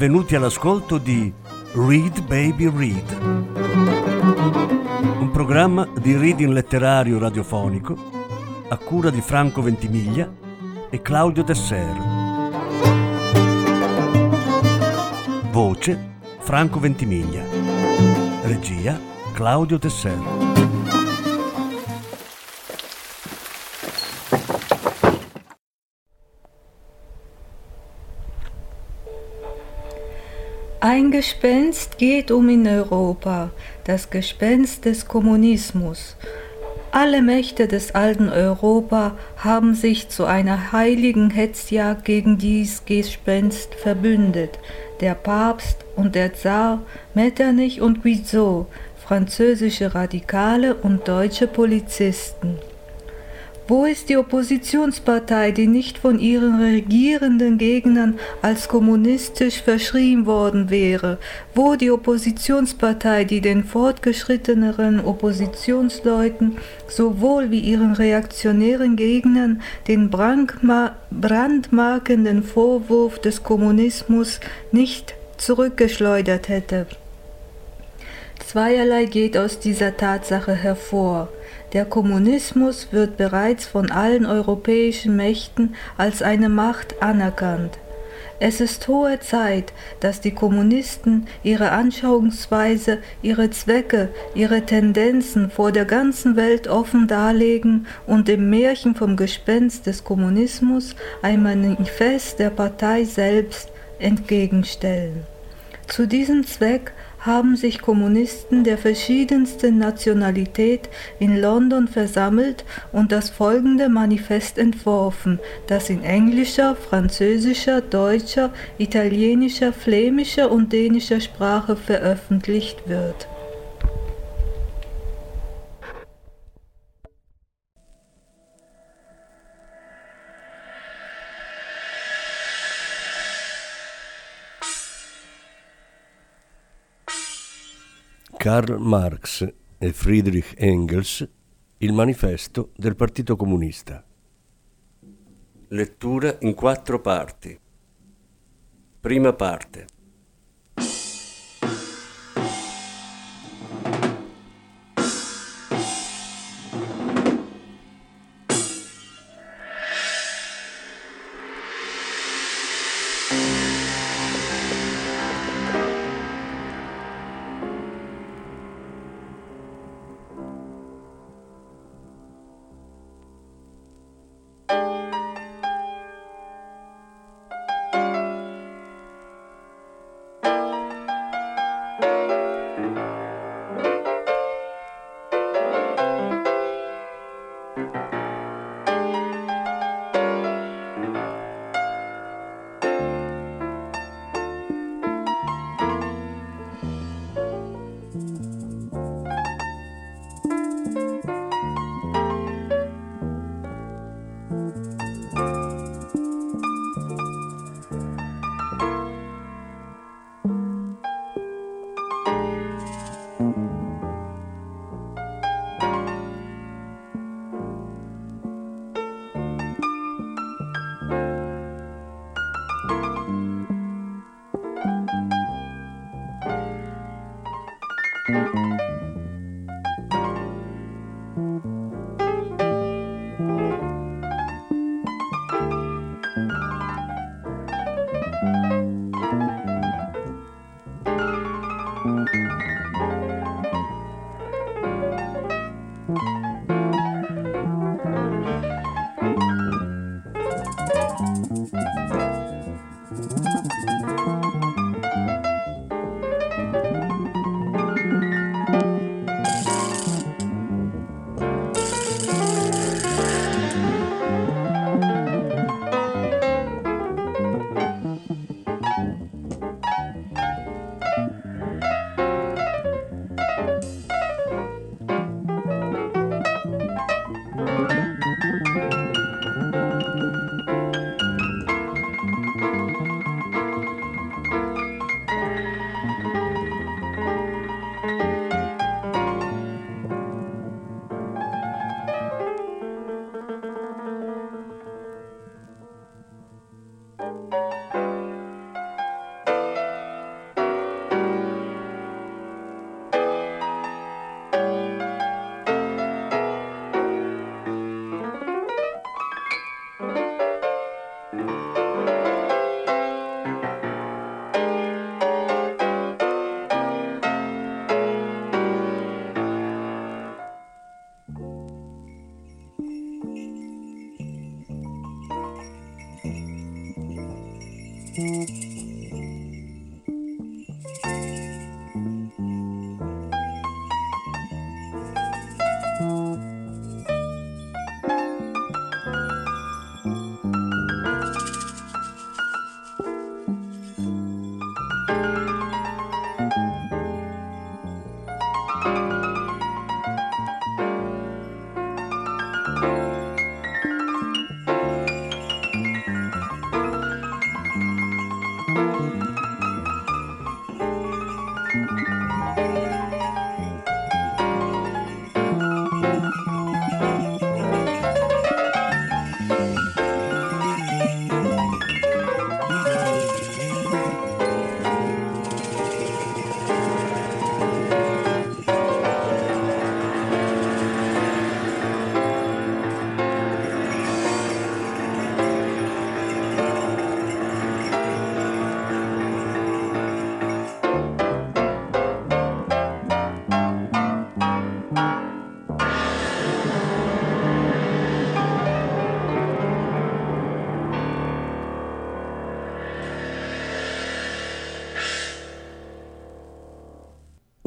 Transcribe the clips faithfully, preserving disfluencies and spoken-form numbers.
benvenuti all'ascolto di Read Baby Read, un programma di reading letterario radiofonico a cura di Franco Ventimiglia e Claudio Desser. Voce Franco Ventimiglia. Regia Claudio Desser. Ein Gespenst geht um in Europa, das Gespenst des Kommunismus. Alle Mächte des alten Europa haben sich zu einer heiligen Hetzjagd gegen dies Gespenst verbündet. Der Papst und der Zar, Metternich und Guizot, französische Radikale und deutsche Polizisten. Wo ist die Oppositionspartei, die nicht von ihren regierenden Gegnern als kommunistisch verschrien worden wäre? Wo die Oppositionspartei, die den fortgeschritteneren Oppositionsleuten sowohl wie ihren reaktionären Gegnern den brandma- brandmarkenden Vorwurf des Kommunismus nicht zurückgeschleudert hätte? Zweierlei geht aus dieser Tatsache hervor. Der Kommunismus wird bereits von allen europäischen Mächten als eine Macht anerkannt. Es ist hohe Zeit, dass die Kommunisten ihre Anschauungsweise, ihre Zwecke, ihre Tendenzen vor der ganzen Welt offen darlegen und dem Märchen vom Gespenst des Kommunismus ein Manifest der Partei selbst entgegenstellen. Zu diesem Zweck haben sich Kommunisten der verschiedensten Nationalität in London versammelt und das folgende Manifest entworfen, das in englischer, französischer, deutscher, italienischer, flämischer und dänischer Sprache veröffentlicht wird. Karl Marx e Friedrich Engels, il manifesto del Partito Comunista. Lettura in quattro parti. Prima parte.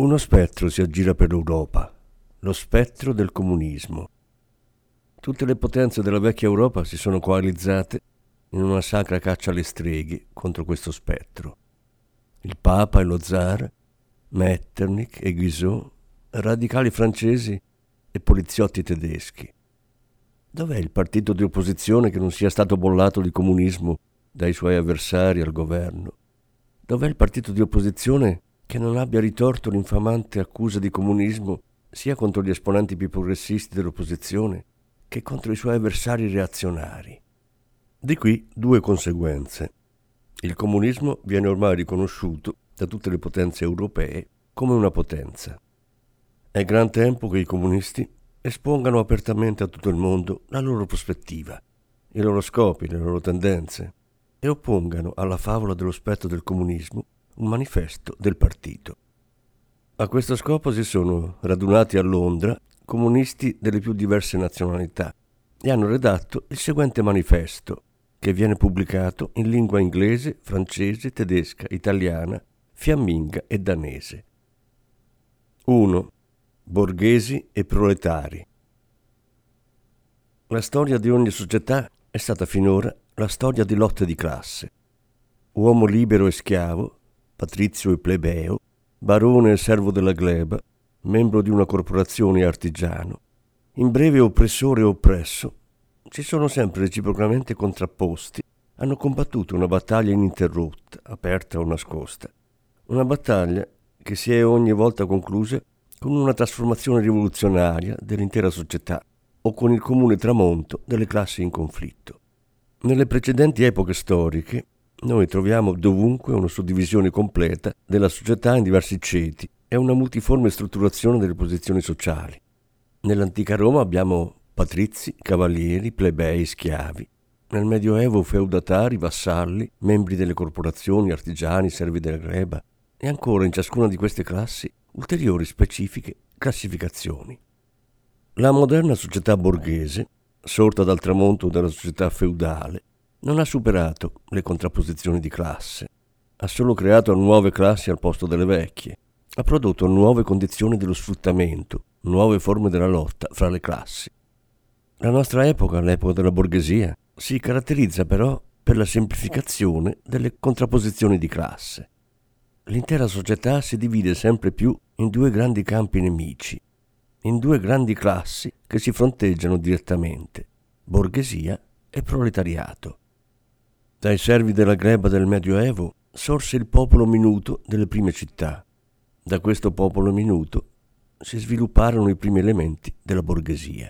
Uno spettro si aggira per l'Europa, lo spettro del comunismo. Tutte le potenze della vecchia Europa si sono coalizzate in una sacra caccia alle streghe contro questo spettro. Il Papa e lo Zar, Metternich e Guizot, radicali francesi e poliziotti tedeschi. Dov'è il partito di opposizione che non sia stato bollato di comunismo dai suoi avversari al governo? Dov'è il partito di opposizione che non abbia ritorto l'infamante accusa di comunismo sia contro gli esponenti più progressisti dell'opposizione che contro i suoi avversari reazionari? Di qui due conseguenze. Il comunismo viene ormai riconosciuto da tutte le potenze europee come una potenza. È gran tempo che i comunisti espongano apertamente a tutto il mondo la loro prospettiva, i loro scopi, le loro tendenze, e oppongano alla favola dello spettro del comunismo un manifesto del partito. A questo scopo si sono radunati a Londra comunisti delle più diverse nazionalità e hanno redatto il seguente manifesto, che viene pubblicato in lingua inglese, francese, tedesca, italiana, fiamminga e danese. uno. Borghesi e proletari. La storia di ogni società è stata finora la storia di lotte di classe. Uomo libero e schiavo, patrizio e plebeo, barone e servo della gleba, membro di una corporazione e artigiano, in breve oppressore e oppresso, si sono sempre reciprocamente contrapposti, hanno combattuto una battaglia ininterrotta, aperta o nascosta, una battaglia che si è ogni volta conclusa con una trasformazione rivoluzionaria dell'intera società o con il comune tramonto delle classi in conflitto. Nelle precedenti epoche storiche noi troviamo dovunque una suddivisione completa della società in diversi ceti e una multiforme strutturazione delle posizioni sociali. Nell'antica Roma abbiamo patrizi, cavalieri, plebei, schiavi. Nel Medioevo feudatari, vassalli, membri delle corporazioni, artigiani, servi della gleba e ancora in ciascuna di queste classi ulteriori specifiche classificazioni. La moderna società borghese, sorta dal tramonto della società feudale, non ha superato le contrapposizioni di classe, ha solo creato nuove classi al posto delle vecchie, ha prodotto nuove condizioni dello sfruttamento, nuove forme della lotta fra le classi. La nostra epoca, l'epoca della borghesia, si caratterizza però per la semplificazione delle contrapposizioni di classe. L'intera società si divide sempre più in due grandi campi nemici, in due grandi classi che si fronteggiano direttamente, borghesia e proletariato. Dai servi della gleba del Medioevo sorse il popolo minuto delle prime città. Da questo popolo minuto si svilupparono i primi elementi della borghesia.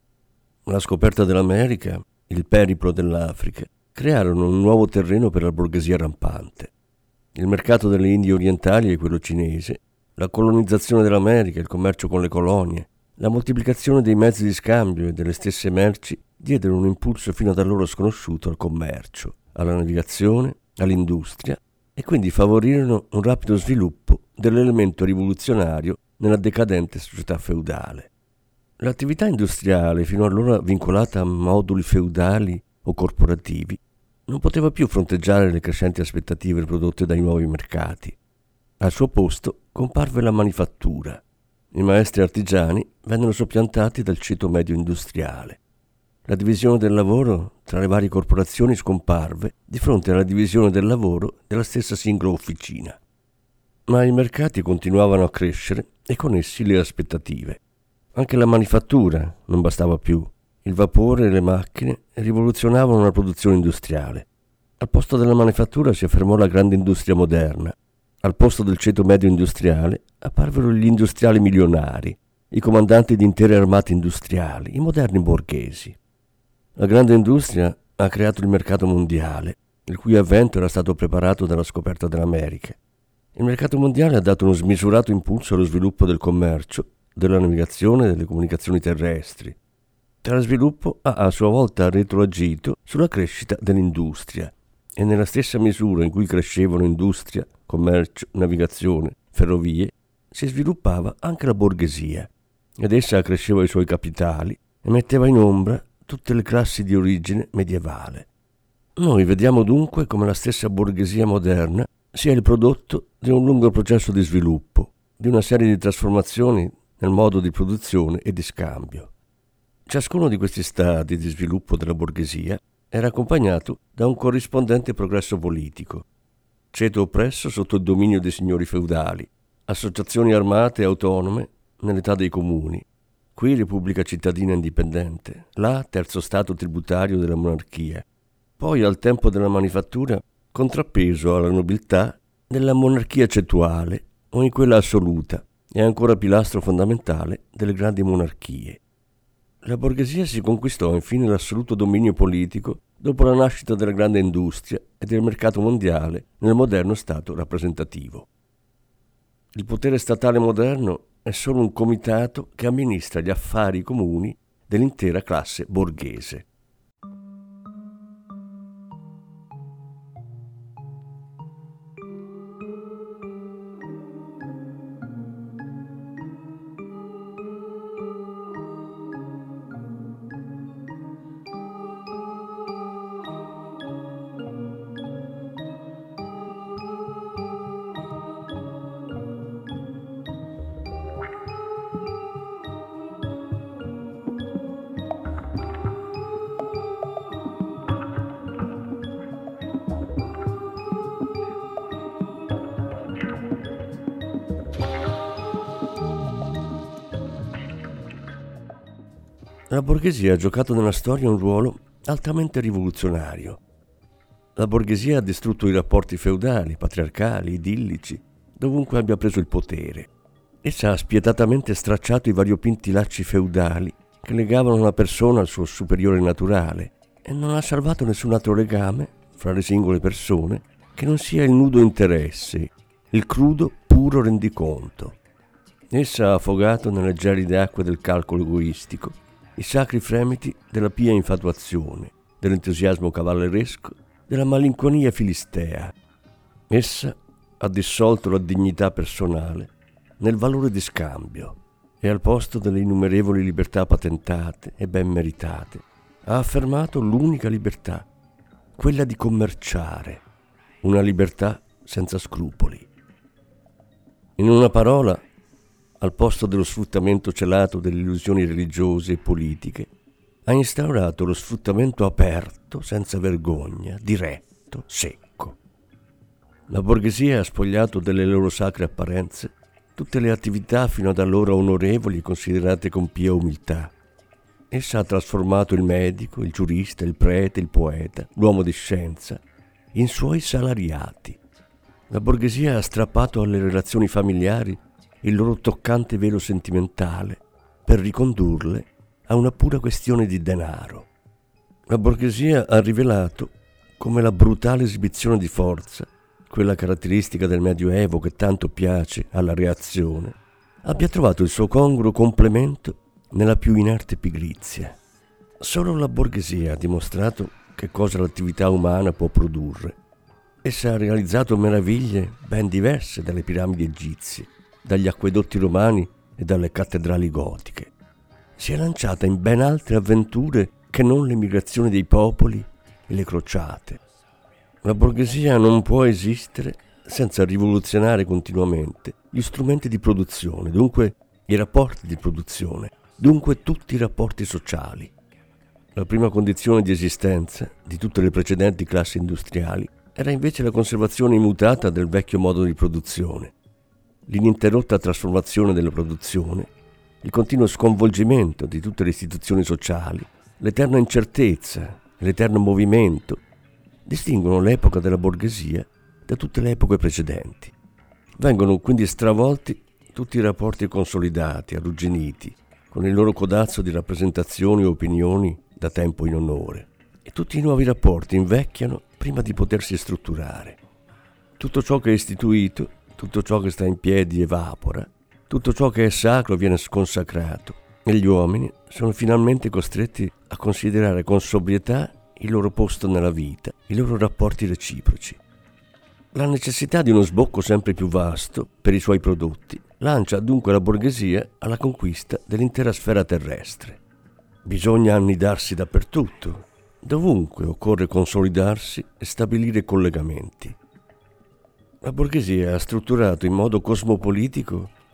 La scoperta dell'America, il periplo dell'Africa, crearono un nuovo terreno per la borghesia rampante. Il mercato delle Indie orientali e quello cinese, la colonizzazione dell'America, il commercio con le colonie, la moltiplicazione dei mezzi di scambio e delle stesse merci diedero un impulso fino ad allora sconosciuto al commercio, alla navigazione, all'industria e quindi favorirono un rapido sviluppo dell'elemento rivoluzionario nella decadente società feudale. L'attività industriale, fino allora vincolata a moduli feudali o corporativi, non poteva più fronteggiare le crescenti aspettative prodotte dai nuovi mercati. Al suo posto comparve la manifattura. I maestri artigiani vennero soppiantati dal ceto medio industriale. La divisione del lavoro tra le varie corporazioni scomparve di fronte alla divisione del lavoro della stessa singola officina. Ma i mercati continuavano a crescere e con essi le aspettative. Anche la manifattura non bastava più. Il vapore e le macchine rivoluzionavano la produzione industriale. Al posto della manifattura si affermò la grande industria moderna. Al posto del ceto medio industriale apparvero gli industriali milionari, i comandanti di intere armate industriali, i moderni borghesi. La grande industria ha creato il mercato mondiale, il cui avvento era stato preparato dalla scoperta dell'America. Il mercato mondiale ha dato uno smisurato impulso allo sviluppo del commercio, della navigazione e delle comunicazioni terrestri. Tale sviluppo ha a sua volta retroagito sulla crescita dell'industria e nella stessa misura in cui crescevano industria, commercio, navigazione, ferrovie, si sviluppava anche la borghesia ed essa accresceva i suoi capitali e metteva in ombra tutte le classi di origine medievale. Noi vediamo dunque come la stessa borghesia moderna sia il prodotto di un lungo processo di sviluppo, di una serie di trasformazioni nel modo di produzione e di scambio. Ciascuno di questi stadi di sviluppo della borghesia era accompagnato da un corrispondente progresso politico. Ceto oppresso sotto il dominio dei signori feudali, associazioni armate e autonome nell'età dei comuni, qui Repubblica cittadina indipendente, là terzo stato tributario della monarchia, poi al tempo della manifattura contrappeso alla nobiltà della monarchia cetuale o in quella assoluta e ancora pilastro fondamentale delle grandi monarchie. La borghesia si conquistò infine l'assoluto dominio politico dopo la nascita della grande industria e del mercato mondiale nel moderno stato rappresentativo. Il potere statale moderno è solo un comitato che amministra gli affari comuni dell'intera classe borghese. La borghesia ha giocato nella storia un ruolo altamente rivoluzionario. La borghesia ha distrutto i rapporti feudali, patriarcali, idillici, dovunque abbia preso il potere. Essa ha spietatamente stracciato i variopinti lacci feudali che legavano una persona al suo superiore naturale e non ha salvato nessun altro legame fra le singole persone che non sia il nudo interesse, il crudo puro rendiconto. Essa ha affogato nelle gelide acque del calcolo egoistico i sacri fremiti della pia infatuazione, dell'entusiasmo cavalleresco, della malinconia filistea. Essa ha dissolto la dignità personale nel valore di scambio e al posto delle innumerevoli libertà patentate e ben meritate ha affermato l'unica libertà, quella di commerciare, una libertà senza scrupoli. In una parola, al posto dello sfruttamento celato delle illusioni religiose e politiche, ha instaurato lo sfruttamento aperto, senza vergogna, diretto, secco. La borghesia ha spogliato delle loro sacre apparenze tutte le attività fino ad allora onorevoli e considerate con pia umiltà. Essa ha trasformato il medico, il giurista, il prete, il poeta, l'uomo di scienza, in suoi salariati. La borghesia ha strappato alle relazioni familiari il loro toccante velo sentimentale per ricondurle a una pura questione di denaro. La borghesia ha rivelato come la brutale esibizione di forza, quella caratteristica del Medioevo che tanto piace alla reazione, abbia trovato il suo congruo complemento nella più inerte pigrizia. Solo la borghesia ha dimostrato che cosa l'attività umana può produrre. Essa ha realizzato meraviglie ben diverse dalle piramidi egizie, dagli acquedotti romani e dalle cattedrali gotiche. Si è lanciata in ben altre avventure che non le migrazioni dei popoli e le crociate. La borghesia non può esistere senza rivoluzionare continuamente gli strumenti di produzione, dunque i rapporti di produzione, dunque tutti i rapporti sociali. La prima condizione di esistenza di tutte le precedenti classi industriali era invece la conservazione immutata del vecchio modo di produzione, l'ininterrotta trasformazione della produzione, il continuo sconvolgimento di tutte le istituzioni sociali, l'eterna incertezza, l'eterno movimento, distinguono l'epoca della borghesia da tutte le epoche precedenti. Vengono quindi stravolti tutti i rapporti consolidati, arrugginiti, con il loro codazzo di rappresentazioni e opinioni da tempo in onore, e tutti i nuovi rapporti invecchiano prima di potersi strutturare. Tutto ciò che è istituito, tutto ciò che sta in piedi evapora, tutto ciò che è sacro viene sconsacrato e gli uomini sono finalmente costretti a considerare con sobrietà il loro posto nella vita, i loro rapporti reciproci. La necessità di uno sbocco sempre più vasto per i suoi prodotti lancia dunque la borghesia alla conquista dell'intera sfera terrestre. Bisogna annidarsi dappertutto, dovunque occorre consolidarsi e stabilire collegamenti. La borghesia ha strutturato in modo cosmopolitico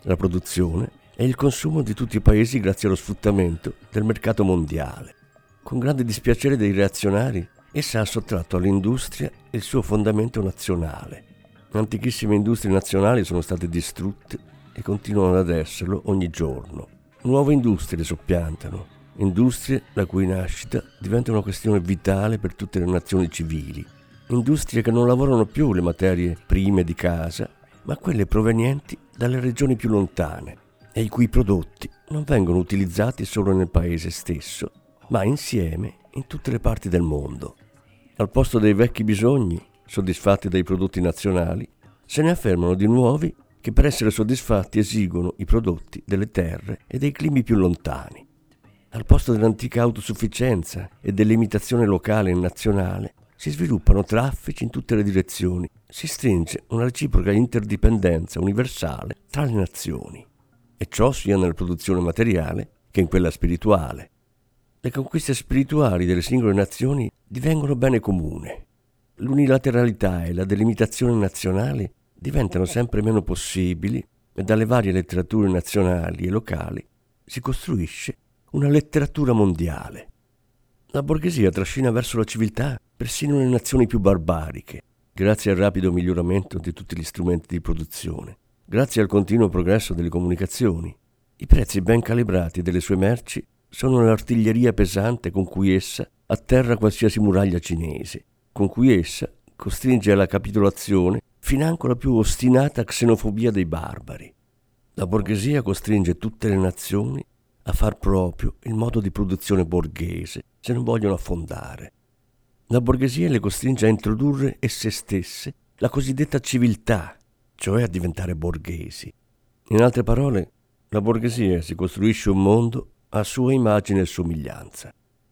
la produzione e il consumo di tutti i paesi grazie allo sfruttamento del mercato mondiale. Con grande dispiacere dei reazionari, essa ha sottratto all'industria il suo fondamento nazionale. Antichissime industrie nazionali sono state distrutte e continuano ad esserlo ogni giorno. Nuove industrie soppiantano, industrie la cui nascita diventa una questione vitale per tutte le nazioni civili. Industrie che non lavorano più le materie prime di casa, ma quelle provenienti dalle regioni più lontane e i cui prodotti non vengono utilizzati solo nel paese stesso, ma insieme in tutte le parti del mondo. Al posto dei vecchi bisogni, soddisfatti dai prodotti nazionali, se ne affermano di nuovi che per essere soddisfatti esigono i prodotti delle terre e dei climi più lontani. Al posto dell'antica autosufficienza e dell'imitazione locale e nazionale, si sviluppano traffici in tutte le direzioni, si stringe una reciproca interdipendenza universale tra le nazioni, e ciò sia nella produzione materiale che in quella spirituale. Le conquiste spirituali delle singole nazioni divengono bene comune. L'unilateralità e la delimitazione nazionale diventano sempre meno possibili e dalle varie letterature nazionali e locali si costruisce una letteratura mondiale. La borghesia trascina verso la civiltà persino le nazioni più barbariche, grazie al rapido miglioramento di tutti gli strumenti di produzione, grazie al continuo progresso delle comunicazioni. I prezzi ben calibrati delle sue merci sono l'artiglieria pesante con cui essa atterra qualsiasi muraglia cinese, con cui essa costringe alla capitolazione financo la più ostinata xenofobia dei barbari. La borghesia costringe tutte le nazioni a far proprio il modo di produzione borghese se non vogliono affondare. La borghesia le costringe a introdurre esse stesse la cosiddetta civiltà, cioè a diventare borghesi. In altre parole, la borghesia si costruisce un mondo a sua immagine e somiglianza.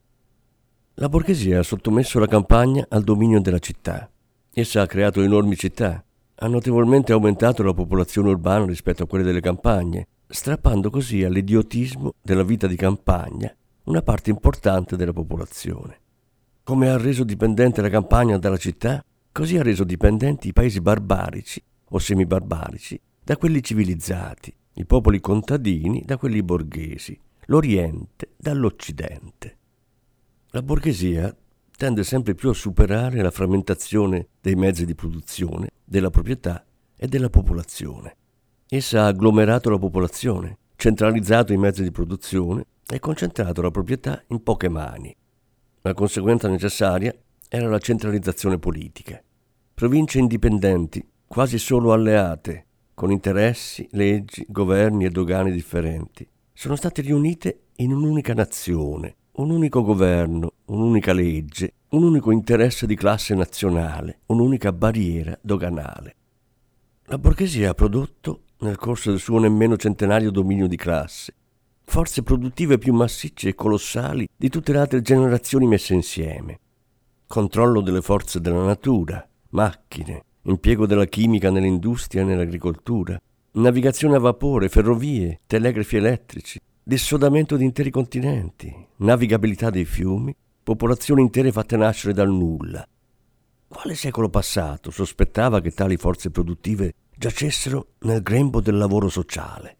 La borghesia ha sottomesso la campagna al dominio della città. Essa ha creato enormi città, ha notevolmente aumentato la popolazione urbana rispetto a quelle delle campagne, strappando così all'idiotismo della vita di campagna una parte importante della popolazione. Come ha reso dipendente la campagna dalla città, così ha reso dipendenti i paesi barbarici o semibarbarici da quelli civilizzati, i popoli contadini da quelli borghesi, l'Oriente dall'Occidente. La borghesia tende sempre più a superare la frammentazione dei mezzi di produzione, della proprietà e della popolazione. Essa ha agglomerato la popolazione, centralizzato i mezzi di produzione e concentrato la proprietà in poche mani. La conseguenza necessaria era la centralizzazione politica. Province indipendenti, quasi solo alleate, con interessi, leggi, governi e dogane differenti, sono state riunite in un'unica nazione, un unico governo, un'unica legge, un unico interesse di classe nazionale, un'unica barriera doganale. La borghesia ha prodotto, nel corso del suo nemmeno centenario dominio di classe, forze produttive più massicce e colossali di tutte le altre generazioni messe insieme. Controllo delle forze della natura, macchine, impiego della chimica nell'industria e nell'agricoltura, navigazione a vapore, ferrovie, telegrafi elettrici, dissodamento di interi continenti, navigabilità dei fiumi, popolazioni intere fatte nascere dal nulla. Quale secolo passato sospettava che tali forze produttive giacessero nel grembo del lavoro sociale?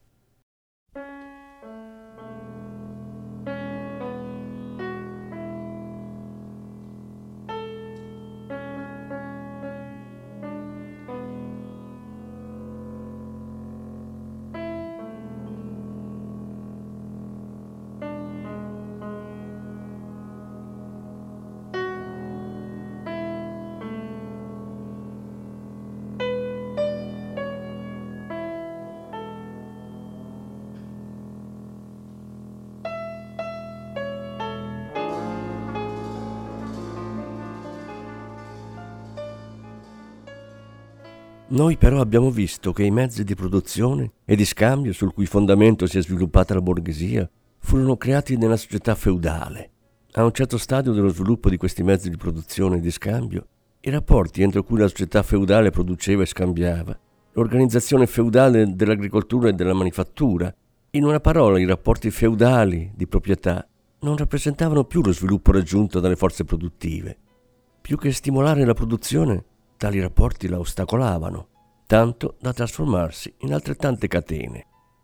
Noi però abbiamo visto che i mezzi di produzione e di scambio sul cui fondamento si è sviluppata la borghesia furono creati nella società feudale. A un certo stadio dello sviluppo di questi mezzi di produzione e di scambio, i rapporti entro cui la società feudale produceva e scambiava, l'organizzazione feudale dell'agricoltura e della manifattura, in una parola i rapporti feudali di proprietà, non rappresentavano più lo sviluppo raggiunto dalle forze produttive. Più che stimolare la produzione, tali rapporti la ostacolavano, tanto da trasformarsi in altrettante catene.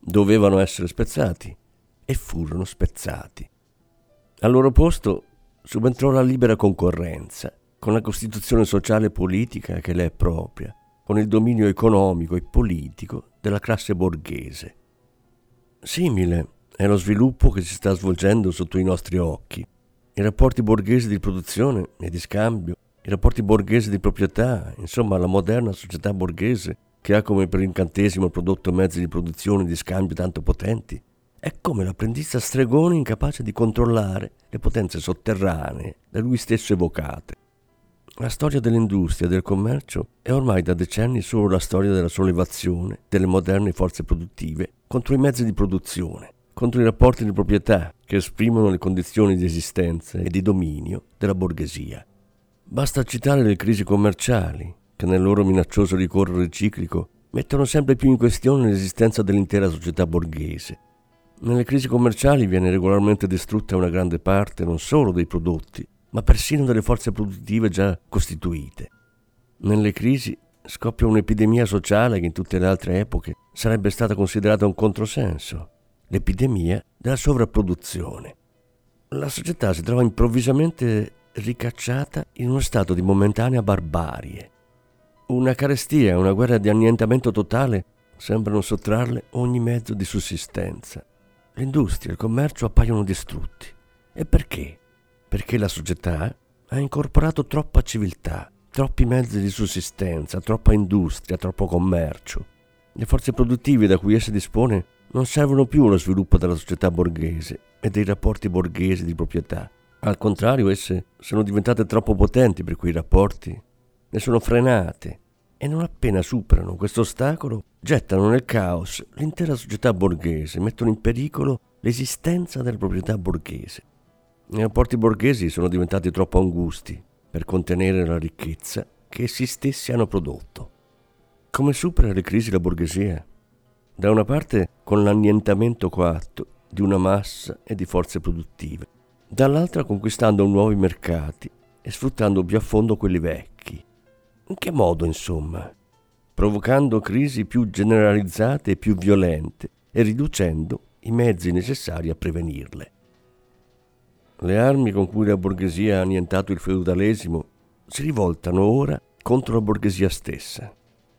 dovevano essere spezzati e furono spezzati. Al loro posto subentrò la libera concorrenza, con la costituzione sociale e politica che le è propria, con il dominio economico e politico della classe borghese. Simile è lo sviluppo che si sta svolgendo sotto i nostri occhi. I rapporti borghesi di produzione e di scambio, i rapporti borghesi di proprietà, insomma la moderna società borghese che ha come per incantesimo prodotto mezzi di produzione e di scambio tanto potenti, è come l'apprendista stregone incapace di controllare le potenze sotterranee da lui stesso evocate. La storia dell'industria e del commercio è ormai da decenni solo la storia della sollevazione delle moderne forze produttive contro i mezzi di produzione, contro i rapporti di proprietà che esprimono le condizioni di esistenza e di dominio della borghesia. Basta citare le crisi commerciali, che nel loro minaccioso ricorrere ciclico mettono sempre più in questione l'esistenza dell'intera società borghese. Nelle crisi commerciali viene regolarmente distrutta una grande parte non solo dei prodotti, ma persino delle forze produttive già costituite. Nelle crisi scoppia un'epidemia sociale che in tutte le altre epoche sarebbe stata considerata un controsenso, l'epidemia della sovrapproduzione. La società si trova improvvisamente ricacciata in uno stato di momentanea barbarie. Una carestia, una guerra di annientamento totale sembrano sottrarle ogni mezzo di sussistenza. L'industria e il commercio appaiono distrutti. E perché? Perché la società ha incorporato troppa civiltà, troppi mezzi di sussistenza, troppa industria, troppo commercio. Le forze produttive da cui essa dispone non servono più allo sviluppo della società borghese e dei rapporti borghesi di proprietà. Al contrario, esse sono diventate troppo potenti per quei rapporti, ne sono frenate e non appena superano questo ostacolo gettano nel caos l'intera società borghese, mettono in pericolo l'esistenza della proprietà borghese. I rapporti borghesi sono diventati troppo angusti per contenere la ricchezza che essi stessi hanno prodotto. Come supera le crisi la borghesia? Da una parte con l'annientamento coatto di una massa e di forze produttive, dall'altra conquistando nuovi mercati e sfruttando più a fondo quelli vecchi. In che modo, insomma? Provocando crisi più generalizzate e più violente e riducendo i mezzi necessari a prevenirle. Le armi con cui la borghesia ha annientato il feudalesimo si rivoltano ora contro la borghesia stessa.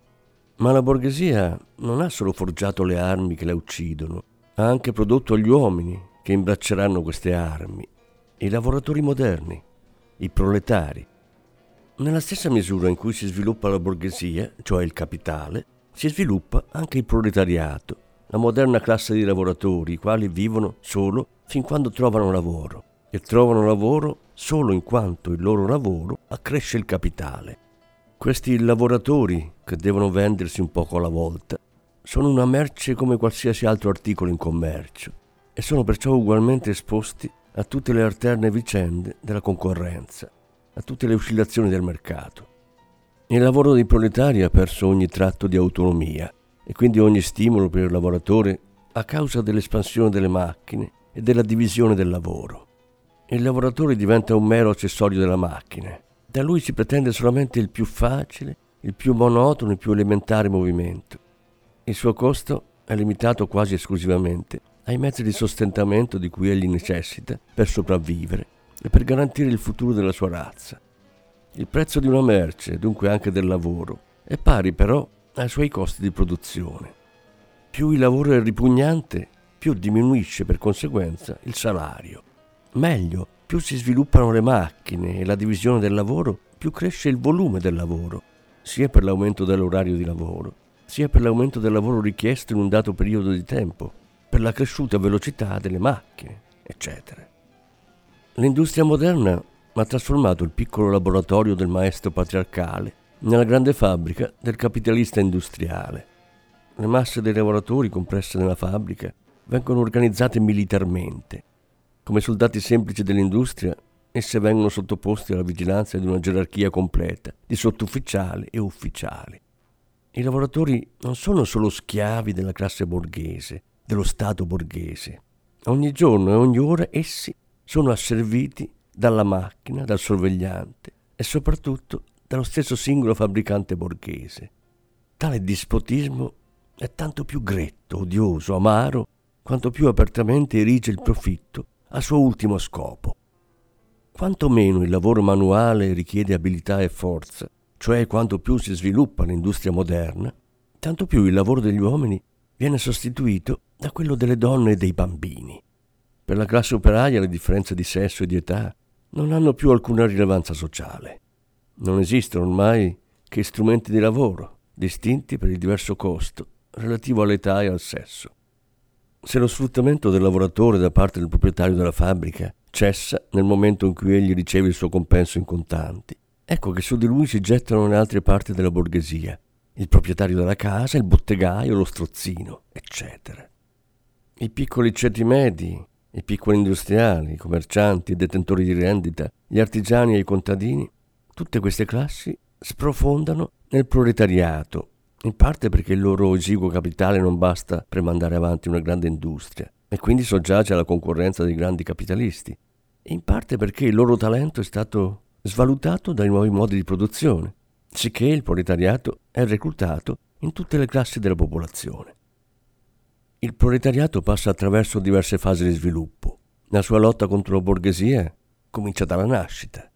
Ma la borghesia non ha solo forgiato le armi che la uccidono, ha anche prodotto gli uomini che imbracceranno queste armi, i lavoratori moderni, i proletari. Nella stessa misura in cui si sviluppa la borghesia, cioè il capitale, si sviluppa anche il proletariato, la moderna classe di lavoratori, i quali vivono solo fin quando trovano lavoro, e trovano lavoro solo in quanto il loro lavoro accresce il capitale. Questi lavoratori, che devono vendersi un poco alla volta, sono una merce come qualsiasi altro articolo in commercio e sono perciò ugualmente esposti a tutte le alterne vicende della concorrenza, a tutte le oscillazioni del mercato. Il lavoro dei proletari ha perso ogni tratto di autonomia e quindi ogni stimolo per il lavoratore a causa dell'espansione delle macchine e della divisione del lavoro. Il lavoratore diventa un mero accessorio della macchina. Da lui si pretende solamente il più facile, il più monotono, il più elementare movimento. Il suo costo è limitato quasi esclusivamente ai mezzi di sostentamento di cui egli necessita per sopravvivere e per garantire il futuro della sua razza. Il prezzo di una merce, dunque anche del lavoro, è pari però ai suoi costi di produzione. Più il lavoro è ripugnante, più diminuisce per conseguenza il salario. Meglio, più si sviluppano le macchine e la divisione del lavoro, più cresce il volume del lavoro, sia per l'aumento dell'orario di lavoro, sia per l'aumento del lavoro richiesto in un dato periodo di tempo, per la cresciuta velocità delle macchine, eccetera. L'industria moderna ha trasformato il piccolo laboratorio del maestro patriarcale nella grande fabbrica del capitalista industriale. Le masse dei lavoratori compresse nella fabbrica vengono organizzate militarmente. Come soldati semplici dell'industria, esse vengono sottoposti alla vigilanza di una gerarchia completa di sottufficiali e ufficiali. I lavoratori non sono solo schiavi della classe borghese, dello Stato borghese. Ogni giorno e ogni ora essi sono asserviti dalla macchina, dal sorvegliante e soprattutto dallo stesso singolo fabbricante borghese. Tale dispotismo è tanto più gretto, odioso, amaro, quanto più apertamente erige il profitto a suo ultimo scopo. Quanto meno il lavoro manuale richiede abilità e forza, cioè quanto più si sviluppa l'industria moderna, tanto più il lavoro degli uomini viene sostituito da quello delle donne e dei bambini. Per la classe operaia le differenze di sesso e di età non hanno più alcuna rilevanza sociale. Non esistono ormai che strumenti di lavoro, distinti per il diverso costo relativo all'età e al sesso. Se lo sfruttamento del lavoratore da parte del proprietario della fabbrica cessa nel momento in cui egli riceve il suo compenso in contanti, ecco che su di lui si gettano le altre parti della borghesia, il proprietario della casa, il bottegaio, lo strozzino, eccetera. I piccoli ceti medi, i piccoli industriali, i commercianti, i detentori di rendita, gli artigiani e i contadini, tutte queste classi sprofondano nel proletariato, in parte perché il loro esiguo capitale non basta per mandare avanti una grande industria e quindi soggiace alla concorrenza dei grandi capitalisti, e in parte perché il loro talento è stato svalutato dai nuovi modi di produzione, sicché il proletariato è reclutato in tutte le classi della popolazione. Il proletariato passa attraverso diverse fasi di sviluppo. La sua lotta contro la borghesia comincia dalla nascita.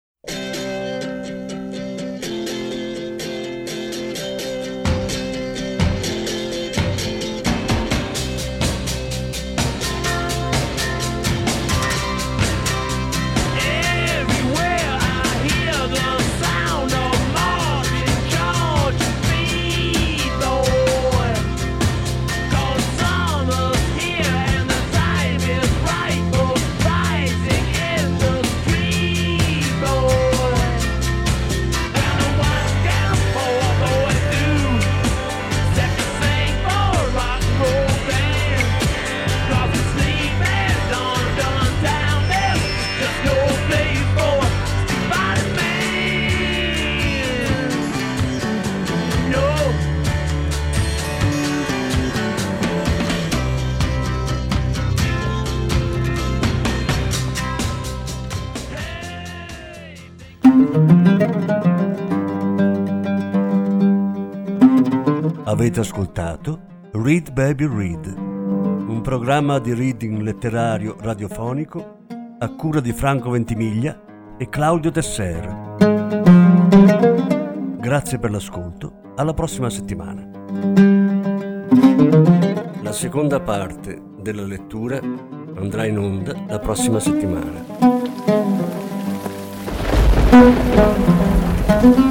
Avete ascoltato Read Baby Read, un programma di reading letterario radiofonico a cura di Franco Ventimiglia e Claudio Tesser. Grazie per l'ascolto, alla prossima settimana. La seconda parte della lettura andrà in onda la prossima settimana.